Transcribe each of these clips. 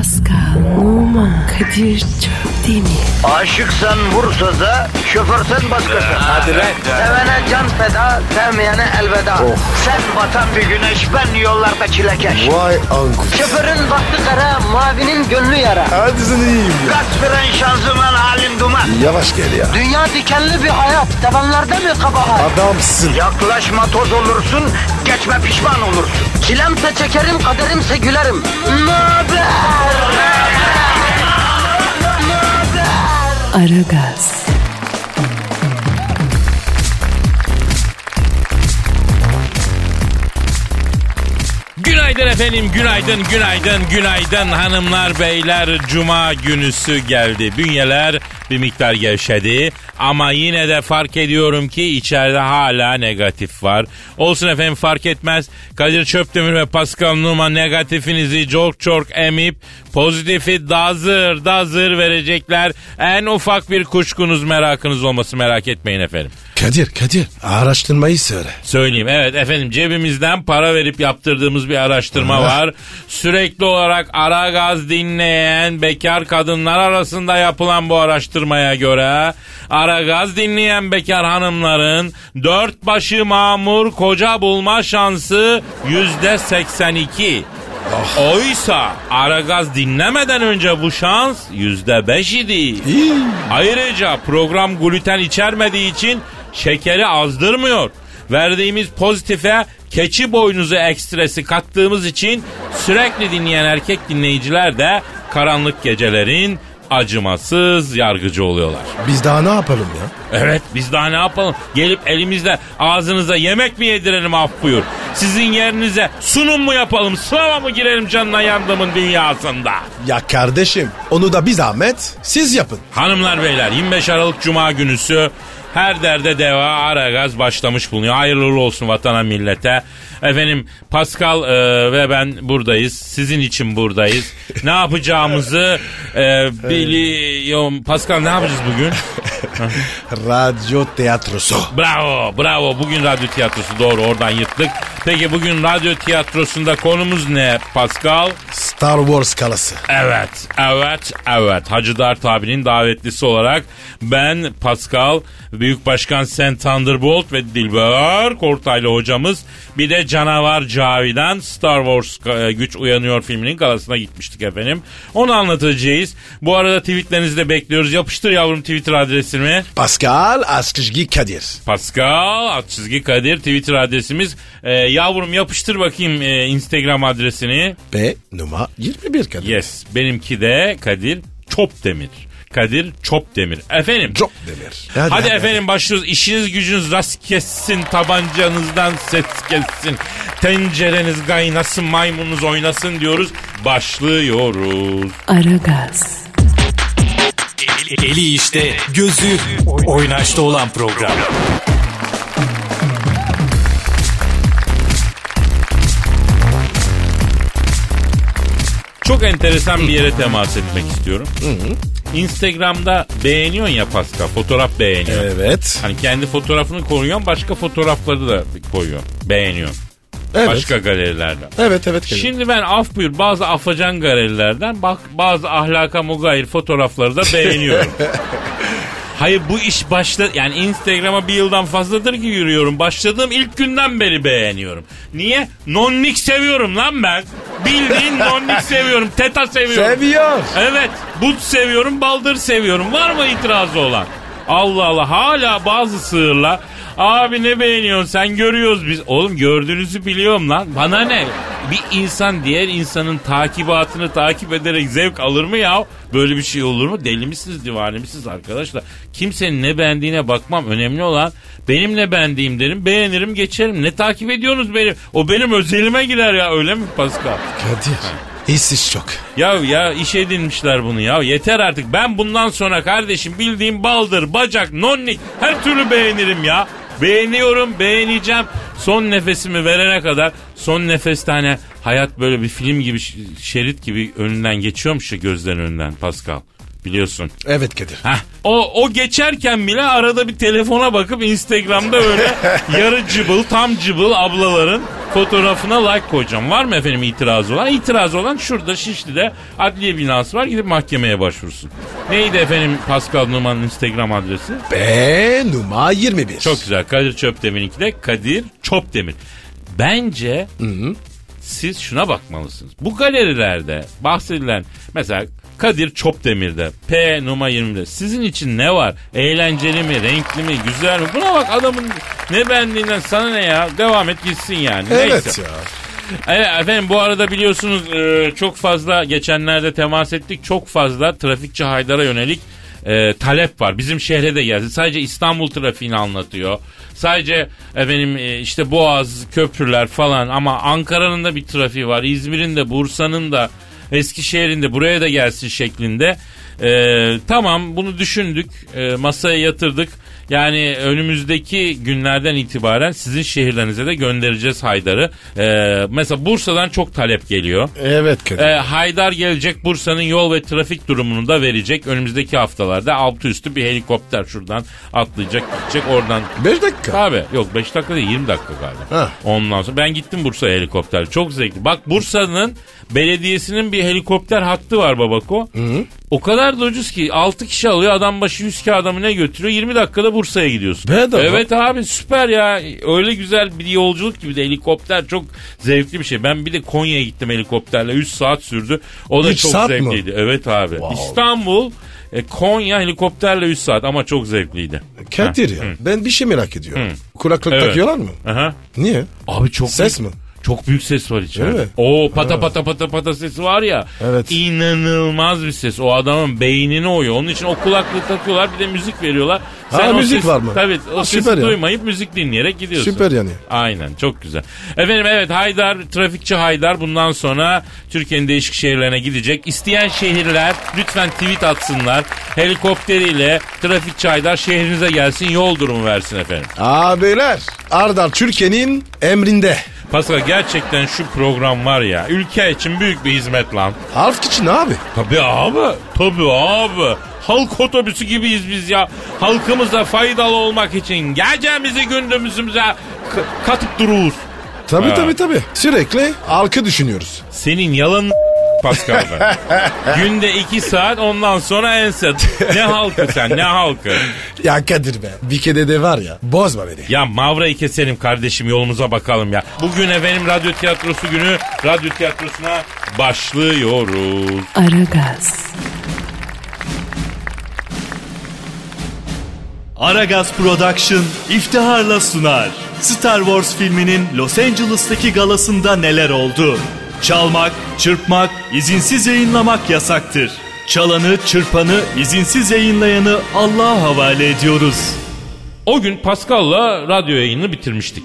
Pascal, Oman, Kadir çok değil mi? Aşıksan vursa da, şoförsen başkasın. Hadi lan. Sevene can feda, sevmeyene elveda. Sen batan bir güneş, ben yollarda çilekeş. Vay anku. Şoförün baktı kara, mavinin gönlü yara. Hadi sen iyiyim ya. Kasperen şanzıman halin duman. Yavaş gel ya. Dünya dikenli bir hayat, sevenlerde mi kabahar? Adamsın. Yaklaşma toz olursun, geçme pişman olursun. Çilemse çekerim, kaderimse gülerim. Möber! Aragaz. Günaydın efendim, günaydın hanımlar, beyler. Cuma günüsü geldi. Bünyeler bir miktar gevşedi. Ama yine de fark ediyorum ki içeride hala negatif var. Olsun efendim, fark etmez. Kadir Çöpdemir ve Pascal Numa negatifinizi çok emip pozitifi dazır verecekler. En ufak bir kuşkunuz, merakınız olması, merak etmeyin efendim. Kadir araştırmayı söyle. Söyleyeyim, evet efendim, cebimizden para verip yaptırdığımız bir araştırma var. Sürekli olarak Aragaz dinleyen bekar kadınlar arasında yapılan bu araştırmaya göre Aragaz dinleyen bekar hanımların 4 başı mamur koca bulma şansı %82. Oysa Aragaz dinlemeden önce bu şans %5 idi. Ayrıca program gluten içermediği için şekeri azdırmıyor. Verdiğimiz pozitife keçi boynuzu ekstresi kattığımız için sürekli dinleyen erkek dinleyiciler de karanlık gecelerin acımasız yargıcı oluyorlar. Biz daha ne yapalım ya? Evet, biz daha ne yapalım? Gelip elimizle ağzınıza yemek mi yedirelim, af buyur? Sizin yerinize sunum mu yapalım? Sınava mı girelim canına yandığımın dünyasında? Ya kardeşim, onu da bir zahmet siz yapın. Hanımlar beyler, 25 Aralık Cuma günüsü her derde deva Aragaz başlamış bulunuyor. Hayırlı olsun vatana millete. Efendim Pascal ve ben buradayız. Sizin için buradayız. Ne yapacağımızı biliyorum. Pascal, ne yapacağız bugün? Radyo tiyatrosu. Bravo. Bugün radyo tiyatrosu, doğru, oradan yırttık. Peki bugün radyo tiyatrosunda konumuz ne Pascal? Star Wars kalası. Evet. Hacı Dert abinin davetlisi olarak ben Pascal, Büyük Başkan Sen Thunderbolt ve Dilber Kortaylı hocamız, bir de Canavar Cavidan Star Wars Güç Uyanıyor filminin galasına gitmiştik efendim. Onu anlatacağız. Bu arada tweetlerinizi de bekliyoruz. Yapıştır yavrum Twitter adresimi. Pascal _ Kadir. Pascal _ Twitter adresimiz. Yavrum yapıştır bakayım Instagram adresini. Ve numara 21 Kadir. Yes, benimki de Kadir Çopdemir. Kadir Çopdemir. Efendim. Çopdemir. Hadi efendim, başlıyoruz. İşiniz gücünüz rast kessin, tabancanızdan ses kessin, tencereniz kaynasın, maymununuz oynasın diyoruz. Başlıyoruz. Aragaz. Eli işte, gözü oynaşta olan program. Çok enteresan bir yere temas etmek istiyorum. Instagram'da beğeniyorsun ya Pascal, fotoğraf beğeniyorsun. Evet. Hani kendi fotoğrafını koruyorsun, başka fotoğrafları da koyuyorsun, beğeniyorsun. Evet. Başka galerilerden. Evet. Kadir. Şimdi ben af buyur bazı afacan galerilerden bazı ahlaka mugayir fotoğrafları da beğeniyorum. Hayır, bu iş yani Instagram'a bir yıldan fazladır ki yürüyorum. Başladığım ilk günden beri beğeniyorum. Niye? Nonnik seviyorum lan ben. Bildiğin nonnik seviyorum. Teta seviyorum. Seviyor. Evet. But seviyorum. Baldır seviyorum. Var mı itirazı olan? Allah Allah. Hala bazı sığırlar. Abi ne beğeniyorsun sen, görüyoruz biz. Oğlum gördüğünüzü biliyorum lan. Bana ne? Bir insan diğer insanın takibatını takip ederek zevk alır mı ya? Böyle bir şey olur mu? Deli misiniz, divane misiniz arkadaşlar? Kimsenin ne beğendiğine bakmam. Önemli olan benim ne beğendiğim derim. Beğenirim, geçerim. Ne takip ediyorsunuz benim? O benim özelime girer ya, öyle mi Pascal? Kadir. İşsiz çok. Ya iş edinmişler bunu ya. Yeter artık. Ben bundan sonra kardeşim bildiğim baldır, bacak, nonnik her türlü beğenirim ya. Beğeniyorum, beğeneceğim. Son nefesimi verene kadar. Son nefeste hani hayat böyle bir film gibi, şerit gibi önünden geçiyormuş ya, gözlerin önünden Pascal. Biliyorsun. Evet Kadir. O geçerken bile arada bir telefona bakıp Instagram'da öyle yarı cıbıl, tam cıbıl ablaların fotoğrafına like koyacağım. Var mı efendim itirazı olan? İtirazı olan şurada Şişli'de adliye binası var. Gidip mahkemeye başvursun. Neydi efendim Pascal Numa'nın Instagram adresi? Numa 21. Çok güzel. Kadir Çöpdemir'inki de Kadir Çopdemir. Bence siz şuna bakmalısınız. Bu galerilerde bahsedilen mesela Kadir Çopdemir'de, P Numa 20'de sizin için ne var? Eğlenceli mi, renkli mi, güzel mi? Buna bak, adamın ne beğendiğinden sana ne ya? Devam et gitsin yani. Evet neyse. ya. Evet efendim, bu arada biliyorsunuz çok fazla geçenlerde temas ettik. Çok fazla trafikçi Haydar'a yönelik talep var. Bizim şehre de geldi. Sadece İstanbul trafiğini anlatıyor. Sadece efendim işte Boğaz, köprüler falan, ama Ankara'nın da bir trafiği var. İzmir'in de, Bursa'nın da, Eskişehir'in de buraya da gelsin şeklinde. Tamam, bunu düşündük. Masaya yatırdık. Yani önümüzdeki günlerden itibaren sizin şehirlerinize de göndereceğiz Haydar'ı. Mesela Bursa'dan çok talep geliyor. Evet Kadir. Haydar gelecek, Bursa'nın yol ve trafik durumunu da verecek. Önümüzdeki haftalarda altı üstü bir helikopter şuradan atlayacak, gidecek oradan. 5 dakika. Tabii, yok 5 dakika değil, 20 dakika galiba. Heh. Ondan sonra ben gittim Bursa'ya helikopter. Çok zevkli. Bak, Bursa'nın belediyesinin bir helikopter hattı var babako. Hı. O kadar da ucuz ki 6 kişi alıyor, adam başı 100 kağıdamı ne götürüyor, 20 dakikada Bursa'ya gidiyorsun. Bedava. Evet abi, süper ya, öyle güzel bir yolculuk gibi de helikopter çok zevkli bir şey. Ben bir de Konya'ya gittim helikopterle, 3 saat sürdü, o da 3 çok saat zevkliydi. mı? Evet abi, Wow. İstanbul Konya helikopterle 3 saat ama çok zevkliydi. Kadir ya, ben bir şey merak ediyorum. Kulaklık Evet. takıyorlar mı? Aha. Niye? Abi çok Ses büyük, mi? Çok büyük ses var içeride. Değil mi? O pata pata pata pata sesi var ya. Evet. İnanılmaz bir ses. O adamın beynini oyuyor. Onun için o kulaklığı takıyorlar, bir de müzik veriyorlar. Ha, o müzik ses, var mı? Tabii, o Ha, sesi süper ya. duymayıp müzik dinleyerek gidiyorsun. Süper yani. Aynen, çok güzel. Efendim evet, Haydar, trafikçi Haydar bundan sonra Türkiye'nin değişik şehirlerine gidecek. İsteyen şehirler lütfen tweet atsınlar. Helikopteriyle trafikçi Haydar şehrinize gelsin, yol durumu versin efendim. Abiler, Ardar Türkiye'nin emrinde. Pascal, gerçekten şu program var ya, ülke için büyük bir hizmet lan. Halk için abi. Tabii abi. Tabii abi. Halk otobüsü gibiyiz biz ya. Halkımıza faydalı olmak için gecemizi gündüzümüze katıp dururuz. Tabii Ha. tabii. Sürekli halkı düşünüyoruz. Senin yalan Pascal'da. Günde 2 saat, ondan sonra enset. Ne halkı sen, ne halkı? Ya Kadir be, bir kere de var ya, bozma beni. Ya mavrayı keselim kardeşim, yolumuza bakalım ya. Bugün efendim radyo tiyatrosu günü, radyo tiyatrosuna başlıyoruz. Aragaz, Aragaz Production iftiharla sunar. Star Wars filminin Los Angeles'taki galasında neler oldu? Çalmak, çırpmak, izinsiz yayınlamak yasaktır. Çalanı, çırpanı, izinsiz yayınlayanı Allah'a havale ediyoruz. O gün Pascal'la radyo yayını bitirmiştik.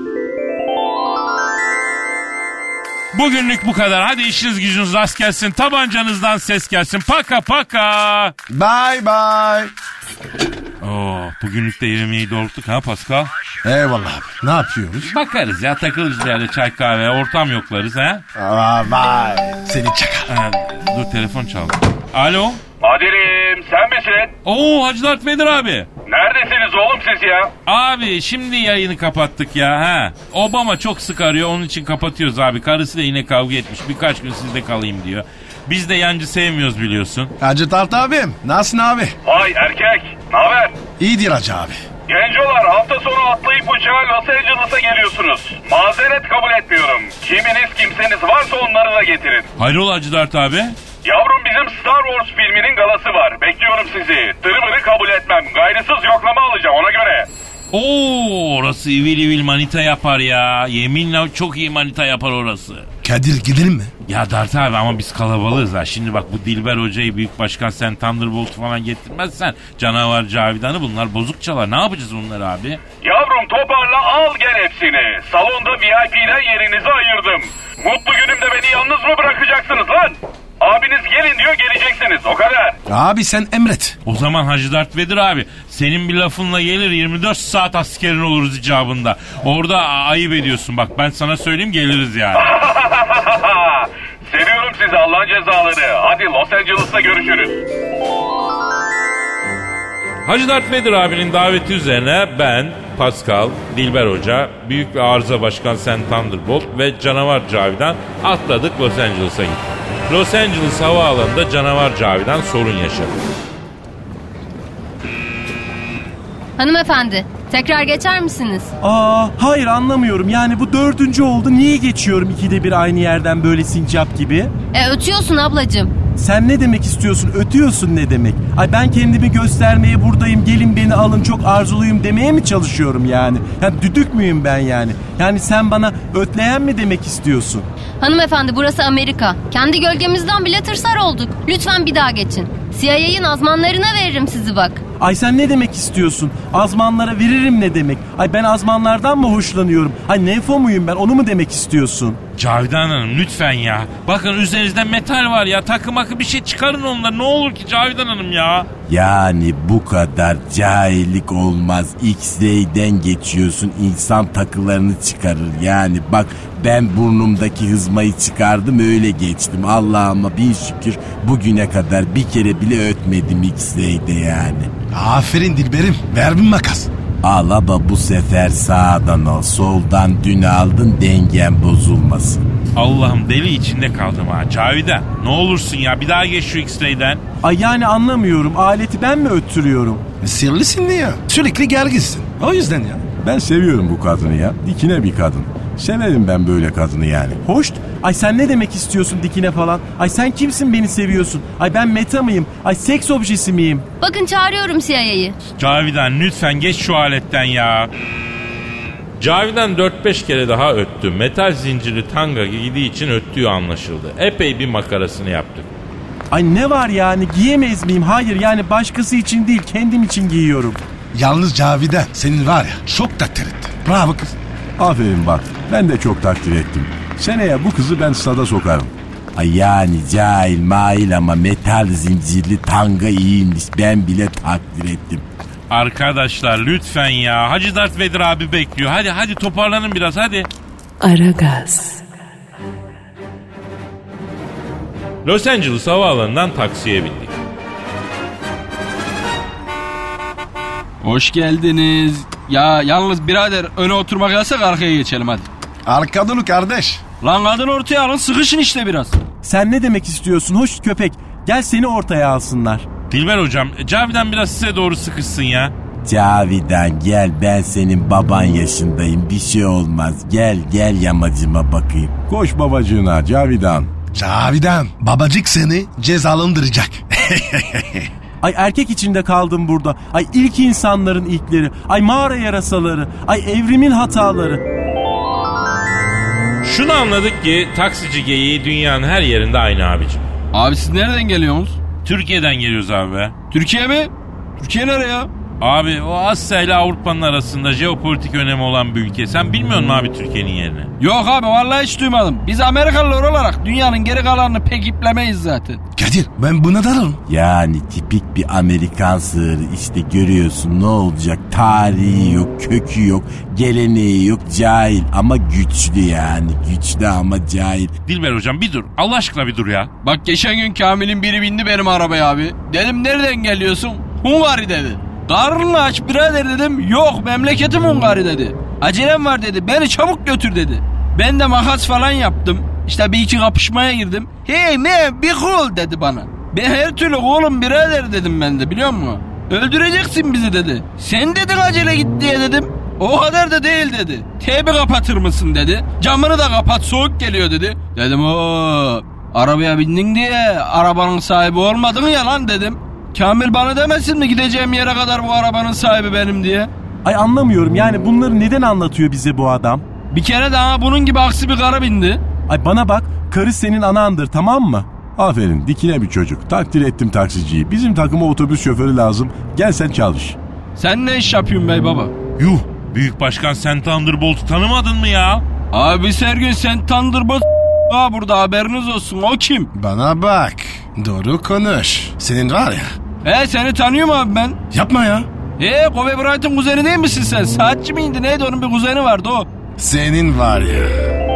Bugünlük bu kadar. Hadi işiniz gücünüz rast gelsin. Tabancanızdan ses gelsin. Paka paka. Bye bye. Bugünlük de yemeği doğrulttuk ha Pascal. Eyvallah abi. Ne yapıyoruz? Bakarız ya, takılırız bir yerde, çay kahve, ortam yoklarız ha. Bye. Seni çakal. Dur, telefon çaldı. Alo. Kadir'im sen misin? Hacı Dert Vedir abi. Neredesiniz oğlum siz ya? Abi şimdi yayını kapattık ya ha. Obama çok sık arıyor, onun için kapatıyoruz abi. Karısıyla yine kavga etmiş, birkaç gün sizde kalayım diyor. Biz de yancı sevmiyoruz biliyorsun. Hacı Tart abim. Nasılsın abi? Vay erkek, naber? İyidir Hacı abi. Gencolar, hafta sonu atlayıp uçağa Los Angeles'a geliyorsunuz. Mazeret kabul etmiyorum. Kiminiz kimseniz varsa onları da getirin. Hayrola Hacı Dert abi? Yavrum, bizim Star Wars filminin galası var. Bekliyorum sizi. Tırmırı kabul etmem. Gayrısız yoklama alacağım ona göre. Orası ivil ivil manita yapar ya. Yeminle çok iyi manita yapar orası. Kadir gidelim mi? Ya Dert abi, ama biz kalabalığız ha. Şimdi bak, bu Dilber Hoca'yı, Büyük Başkan, sen Thunderbolt falan getirmezsen, Canavar Cavidan'ı, bunlar bozuk çalar. Ne yapacağız bunları abi? Yavrum, toparla al gel hepsini. Salonda VIP'den yerinizi ayırdım. Mutlu günümde beni yalnız mı bırakacaksınız lan? Abiniz gelin diyor, geleceksiniz, o kadar. Abi sen emret. O zaman Hacı Dert Vedir abi, senin bir lafınla gelir 24 saat askerin oluruz icabında. Orada ayıp ediyorsun, bak ben sana söyleyeyim, geliriz yani. Seviyorum sizi Allah'ın cezaları. Hadi Los Angeles'ta görüşürüz. Hacı Dert Vedir abinin daveti üzerine ben, Pascal, Dilber Hoca, Büyük ve Arıza Başkan Sen Thunderbolt ve Canavar Cavidan atladık Los Angeles'a gittik. Los Angeles havaalanında Canavar Cavidan sorun yaşadı. Hanımefendi, tekrar geçer misiniz? Hayır anlamıyorum. Yani bu 4. oldu. Niye geçiyorum ikide bir aynı yerden böyle sincap gibi? Ötüyorsun ablacığım. Sen ne demek istiyorsun? Ötüyorsun ne demek? Ay ben kendimi göstermeye buradayım. Gelin beni alın çok arzuluyum demeye mi çalışıyorum yani? Yani düdük müyüm ben yani? Yani sen bana ötleyen mi demek istiyorsun? Hanımefendi burası Amerika. Kendi gölgemizden bile tırsar olduk. Lütfen bir daha geçin. CIA'nin azmanlarına veririm sizi bak. Ay sen ne demek istiyorsun? Azmanlara veririm ne demek? Ay ben azmanlardan mı hoşlanıyorum? Ay nefo muyum ben, onu mu demek istiyorsun? Cavidan Hanım lütfen ya. Bakın üzerinizde metal var ya. Takı makı bir şey çıkarın onları. Ne olur ki Cavidan Hanım ya. Yani bu kadar cahillik olmaz. X-ray'den geçiyorsun, insan takılarını çıkarır. Yani bak ben burnumdaki hızmayı çıkardım öyle geçtim. Allah'ıma bin şükür bugüne kadar bir kere bile ötmedim X-ray'de yani. Aferin Dilberim. Ver bir makas. Al ama bu sefer sağdan al, soldan dün aldın, dengen bozulmasın. Allah'ım deli içinde kaldım ha. Cavidan ne olursun ya bir daha geç şu X-ray'den. Ay yani anlamıyorum. Aleti ben mi öttürüyorum? Sinirlisin ya. Sürekli gerginsin. O yüzden ya. Ben seviyorum bu kadını ya. Dikine bir kadın. Severim ben böyle kadını yani. Hoş. Ay sen ne demek istiyorsun dikine falan? Ay sen kimsin beni seviyorsun? Ay ben meta mıyım? Ay seks objesi miyim? Bakın çağırıyorum CIA'yı. Cavidan lütfen geç şu aletten ya. Cavidan 4-5 kere daha öttü. Metal zincirli tanga giydiği için öttüğü anlaşıldı. Epey bir makarasını yaptık. Ay ne var yani, giyemez miyim? Hayır yani başkası için değil, kendim için giyiyorum. Yalnız Cavidan senin var ya çok takdir ettim. Bravo kız. Aferin bak, ben de çok takdir ettim. Seneye bu kızı ben stada sokarım. Ay yani cahil mail ama metal zincirli tanga iyiymiş, ben bile takdir ettim. Arkadaşlar lütfen ya. Hacı Darth Vader abi bekliyor. Hadi toparlanın biraz hadi. Aragaz. Los Angeles havaalanından taksiye bindik. Hoş geldiniz. Ya yalnız birader öne oturmak yasak, arkaya geçelim hadi. Arkadan kardeş. Lan kadın ortaya alın, sıkışın işte biraz. Sen ne demek istiyorsun hoş köpek? Gel seni ortaya alsınlar. Dilber hocam, Cavidan biraz size doğru sıkışsın ya. Cavidan gel, ben senin baban yaşındayım, bir şey olmaz. Gel yamacıma bakayım. Koş babacığına Cavidan. Cavidan babacık seni cezalandıracak. Ay erkek içinde kaldım burada. Ay ilk insanların ilkleri. Ay mağara yarasaları. Ay evrimin hataları. Şunu anladık ki taksici geyiği dünyanın her yerinde aynı abicim. Abi siz nereden geliyorsunuz? Türkiye'den geliyoruz abi be. Türkiye mi? Türkiye nereye ya? Abi o Asya ile Avrupa'nın arasında jeopolitik önemi olan bir ülke. Sen bilmiyor musun abi Türkiye'nin yerini? Yok abi vallahi hiç duymadım. Biz Amerikalılar olarak dünyanın geri kalanını pek iplemeyiz zaten. Kadir ben buna darım. Yani tipik bir Amerikan sığırı işte, görüyorsun ne olacak, tarihi yok, kökü yok, geleneği yok, cahil ama güçlü yani, güçlü ama cahil. Dilber hocam bir dur, Allah aşkına bir dur ya. Bak geçen gün Kamil'in biri bindi benim arabaya abi. Dedim nereden geliyorsun? Hungary dedi. Karnını aç birader dedim. Yok memleketim Hungary dedi. Acelem var dedi, beni çabuk götür dedi. Ben de makas falan yaptım. İşte bir iki kapışmaya girdim. Hey man be cool dedi bana. Ben her türlü cool'um birader dedim ben de, biliyor musun? Öldüreceksin bizi dedi. Sen dedin acele git diye dedim. O kadar da değil dedi. Tebi kapatır mısın dedi. Camını da kapat soğuk geliyor dedi. Dedim o arabaya bindin diye arabanın sahibi olmadın ya lan dedim. Kamil bana demesin mi gideceğim yere kadar bu arabanın sahibi benim diye? Ay anlamıyorum yani, bunları neden anlatıyor bize bu adam? Bir kere daha bunun gibi aksi bir kara bindi. Ay bana bak, karı senin anandır tamam mı? Aferin, dikine bir çocuk. Takdir ettim taksiciyi. Bizim takıma otobüs şoförü lazım. Gel sen çalış. Sen ne iş yapıyorsun bey baba? Yuh, Büyük Başkan Sen Thunderbolt'u tanımadın mı ya? Abi Sergün sen Thunderbolt burada, haberiniz olsun. O kim? Bana bak. Doğru konuş. Senin var ya. Seni tanıyorum abi ben. Yapma ya. Kobe Bryant'ın kuzeni değil misin sen? Saatçi miydi neydi, onun bir kuzeni vardı o. Senin var ya.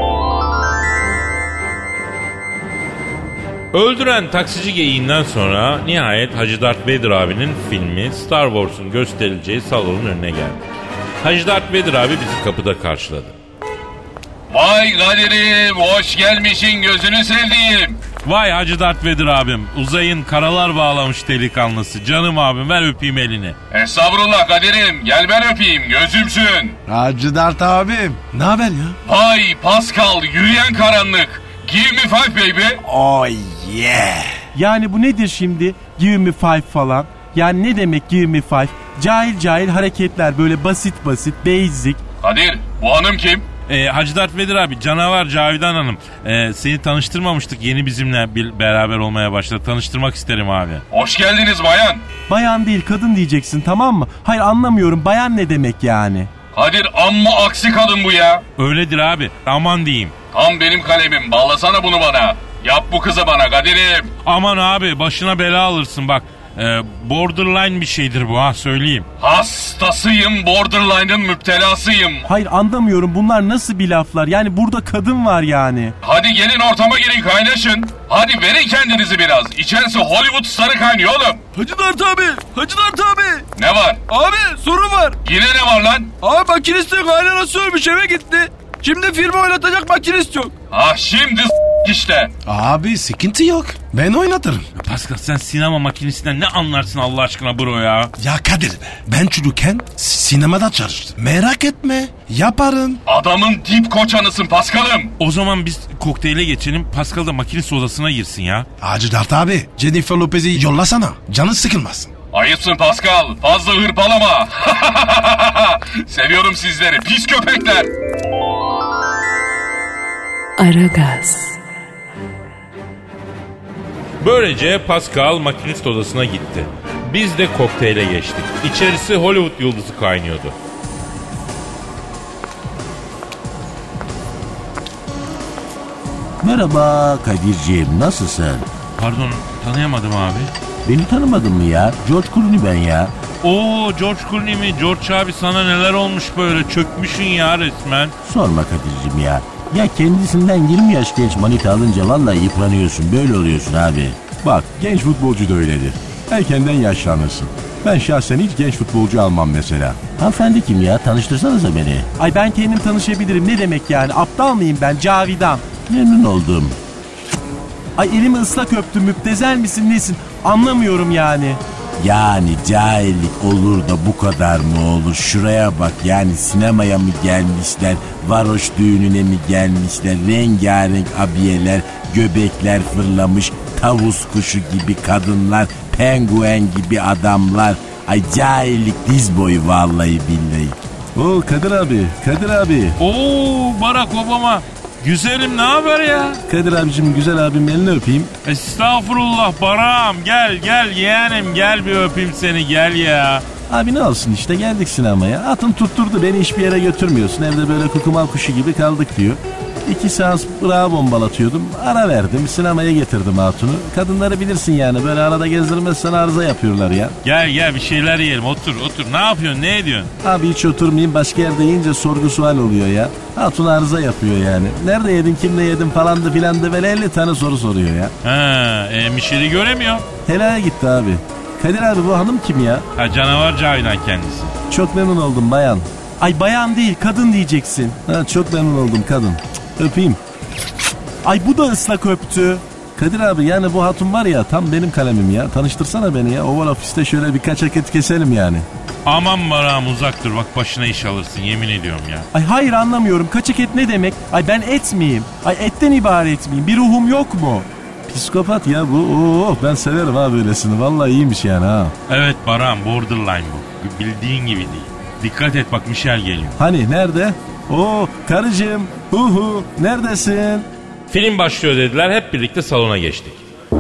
Öldüren taksici geyiğinden sonra nihayet Hacı Darth Vader abinin filmi Star Wars'un gösterileceği salonun önüne geldik. Hacı Dert Vedir abi bizi kapıda karşıladı. Vay Kadir'im, hoş gelmişsin, gözünü sevdiğim. Vay Hacı Dert Vedir abim, uzayın karalar bağlamış delikanlısı. Canım abim, ver öpeyim elini. Estağfurullah Kadir'im, gel ben öpeyim, gözümsün. Hacı Dert abim. Ne haber ya? Vay Pascal, yürüyen karanlık. Give me five baby. Oh yeah. Yani bu nedir şimdi? Give me five falan. Yani ne demek give me five? Cahil cahil hareketler, böyle basit basit, basic. Kadir, bu hanım kim? Hacı Dert Vedir abi, canavar Cavidan Hanım. Seni tanıştırmamıştık, yeni bizimle beraber olmaya başladı. Tanıştırmak isterim abi. Hoş geldiniz bayan. Bayan değil kadın diyeceksin, tamam mı? Hayır, anlamıyorum, bayan ne demek yani? Kadir, amma aksi kadın bu ya. Öyledir abi, aman diyeyim. Tam benim kalemim, bağlasana bunu bana. Yap bu kızı bana Kadir'im. Aman abi, başına bela alırsın bak. Borderline bir şeydir bu, ha söyleyeyim. Hastasıyım, borderline'ın müptelasıyım. Hayır, anlamıyorum, bunlar nasıl bir laflar? Yani burada kadın var yani. Hadi gelin ortama girin, kaynaşın. Hadi verin kendinizi biraz. İçerisi Hollywood starı kaynıyor oğlum. Hacı Dert abi. Hacı Dert abi. Ne var? Abi sorun var. Yine ne var lan? Abi makinistin kaynanası ölmüş, eve gitti. Şimdi firma oynatacak makinist yok. Ah şimdi işte. Abi sıkıntı yok. Ben oynatırım. Pascal, sen sinema makinesinden ne anlarsın Allah aşkına bro ya? Ya Kadir be. Ben çocukken sinemada çalıştım. Merak etme. Yaparım. Adamın dip koçanısın Paskal'ım. O zaman biz kokteyle geçelim, Pascal da makinist odasına girsin ya. Hacı Dert abi. Jennifer Lopez'i yollasana. Canın sıkılmasın. Ayıpsın Pascal. Fazla hırpalama. Seviyorum sizleri pis köpekler. Aragaz. Böylece Pascal makinist odasına gitti. Biz de kokteyle geçtik. İçerisi Hollywood yıldızı kaynıyordu. Merhaba Kadir'ciğim, nasılsın? Pardon, tanıyamadım abi. Beni tanımadın mı ya? George Clooney ben ya. Oo, George Clooney mi? George abi, sana neler olmuş böyle, çökmüşsün ya resmen. Sorma Kadir'cim ya. Ya kendisinden 20 yaş genç manita alınca vallahi yıpranıyorsun, böyle oluyorsun abi. Bak, genç futbolcu da öyledir. Erkenden yaşlanırsın. Ben şahsen hiç genç futbolcu almam mesela. Hanımefendi kim ya? Tanıştırsanıza beni. Ay ben kendim tanışabilirim, ne demek yani? Aptal mıyım ben? Cavidan. Memnun oldum. Ay elimi ıslak öptüm, müptezel misin nesin? Anlamıyorum yani. Yani cahillik olur da bu kadar mı olur? Şuraya bak, yani sinemaya mı gelmişler, varoş düğününe mi gelmişler, rengarenk abiyeler, göbekler fırlamış, tavus kuşu gibi kadınlar, penguen gibi adamlar. Ay cahillik diz boyu vallahi billahi. Oo Kadir abi, Kadir abi. Oo, Barack Obama. Güzelim, ne haber ya? Kadir abicim, güzel abim, elini öpeyim. Estağfurullah Barak'ım, gel yeğenim, gel bir öpeyim seni, gel ya. Abi ne olsun işte, geldik sinemaya. Atın tutturdu, beni hiçbir yere götürmüyorsun. Evde böyle kukumav kuşu gibi kaldık diyor. 2 seans Irak'a bombalatıyordum. Ara verdim, sinemaya getirdim hatunu. Kadınları bilirsin yani, böyle arada gezdirmezsen arıza yapıyorlar ya. Gel bir şeyler yiyelim, otur. Ne yapıyorsun, ne ediyorsun? Abi hiç oturmayayım, başka yerde yiyince sorgu sual oluyor ya. Hatun arıza yapıyor yani. Nerede yedin, kimle yedin falandı filandı, böyle 50 tane soru soruyor ya. Mişeli göremiyor. Helaya gitti abi. Kadir abi, bu hanım kim ya? Ha, canavar Cavidan kendisi. Çok memnun oldum bayan. Ay bayan değil, kadın diyeceksin. Ha, çok memnun oldum kadın. Öpeyim. Ay bu da ıslak öptü. Kadir abi, yani bu hatun var ya, tam benim kalemim ya. Tanıştırsana beni ya. Oval ofiste şöyle birkaç hareket keselim yani. Aman Barak'ım, uzak dur, bak başına iş alırsın, yemin ediyorum ya. Ay hayır, anlamıyorum, kaçak et ne demek? Ay ben et miyim? Ay etten ibaret miyim? Bir ruhum yok mu? Psikopat ya bu. Oo, ben severim ha böylesini. Vallahi iyiymiş yani ha. Evet Barak'ım, borderline bu. Bildiğin gibi değil. Dikkat et bak, Michel geliyor. Hani nerede? Oo karıcığım. Neredesin? Film başlıyor dediler, hep birlikte salona geçtik.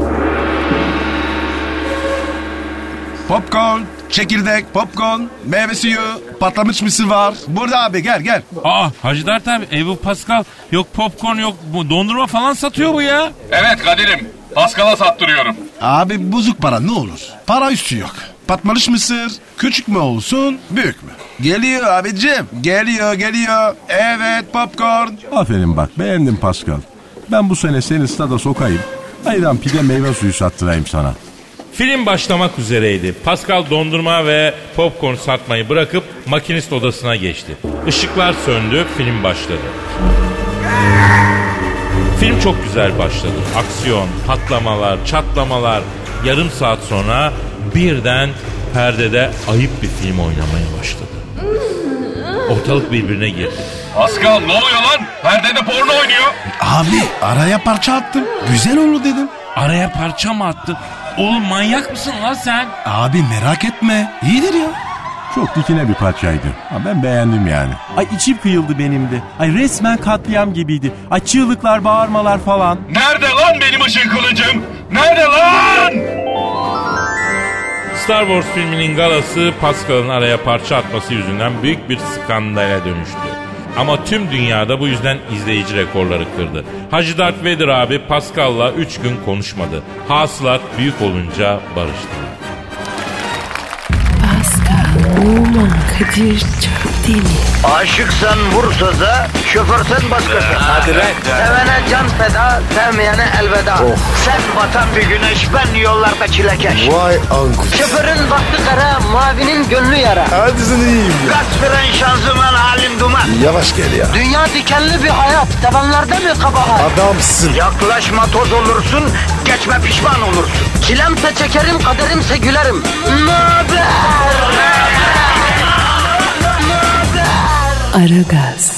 Popcorn, çekirdek, popcorn, meyve suyu, patlamış mısır var. Burada abi, gel. Aa, Hacı Dert abi, evi Pascal, yok popcorn, yok dondurma falan satıyor bu ya. Evet Kadir'im, Pascal'a sattırıyorum. Abi bozuk para ne olur. Para üstü yok. Patlamış mısır küçük mü olsun, büyük mü? Geliyor abicim, geliyor. Evet, popcorn. Aferin bak, beğendim Pascal. Ben bu sene seni stada sokayım. Ayran pide meyve suyu sattırayım sana. Film başlamak üzereydi. Pascal dondurma ve popcorn satmayı bırakıp makinist odasına geçti. Işıklar söndü, film başladı. Film çok güzel başladı. Aksiyon, patlamalar, çatlamalar. Yarım saat sonra birden perdede ayıp bir film oynamaya başladı. Ortalık birbirine girdi. Pascal ne oluyor lan? Perdede porno oynuyor. Abi araya parça attım. Güzel olur dedim. Araya parça mı attın? Oğlum manyak mısın lan sen? Abi merak etme. İyidir ya. Çok dikine bir parçaydı. Ha, ben beğendim yani. Ay içim kıyıldı benim de. Ay resmen katliam gibiydi. Ay çığlıklar, bağırmalar falan. Nerede lan benim ışın kılıcım? Nerede lan? Star Wars filminin galası Pascal'ın araya parça atması yüzünden büyük bir skandale dönüştü. Ama tüm dünyada bu yüzden izleyici rekorları kırdı. Hacı Darth Vader abi Pascal'la 3 gün konuşmadı. Hasılat büyük olunca barıştılar. Pascal, Oman, Kadir çok değil mi? Aşıksan vursa da, şoförsen başkasın. Hadi lan. Sevene can feda, sevmeyene elveda. Sen batan bir güneş, ben yollarda çilekeş. Vay anku. Şoförün baktı kara, mavinin gönlü yara. Hadi sen iyiyim ya. Kasperen şanzıman halin duman. Yavaş gel ya. Dünya dikenli bir hayat, sevenlerde mi kabahar? Adamsın. Yaklaşma toz olursun, geçme pişman olursun. Çilemse çekerim, kaderimse gülerim. Möber! Aragaz.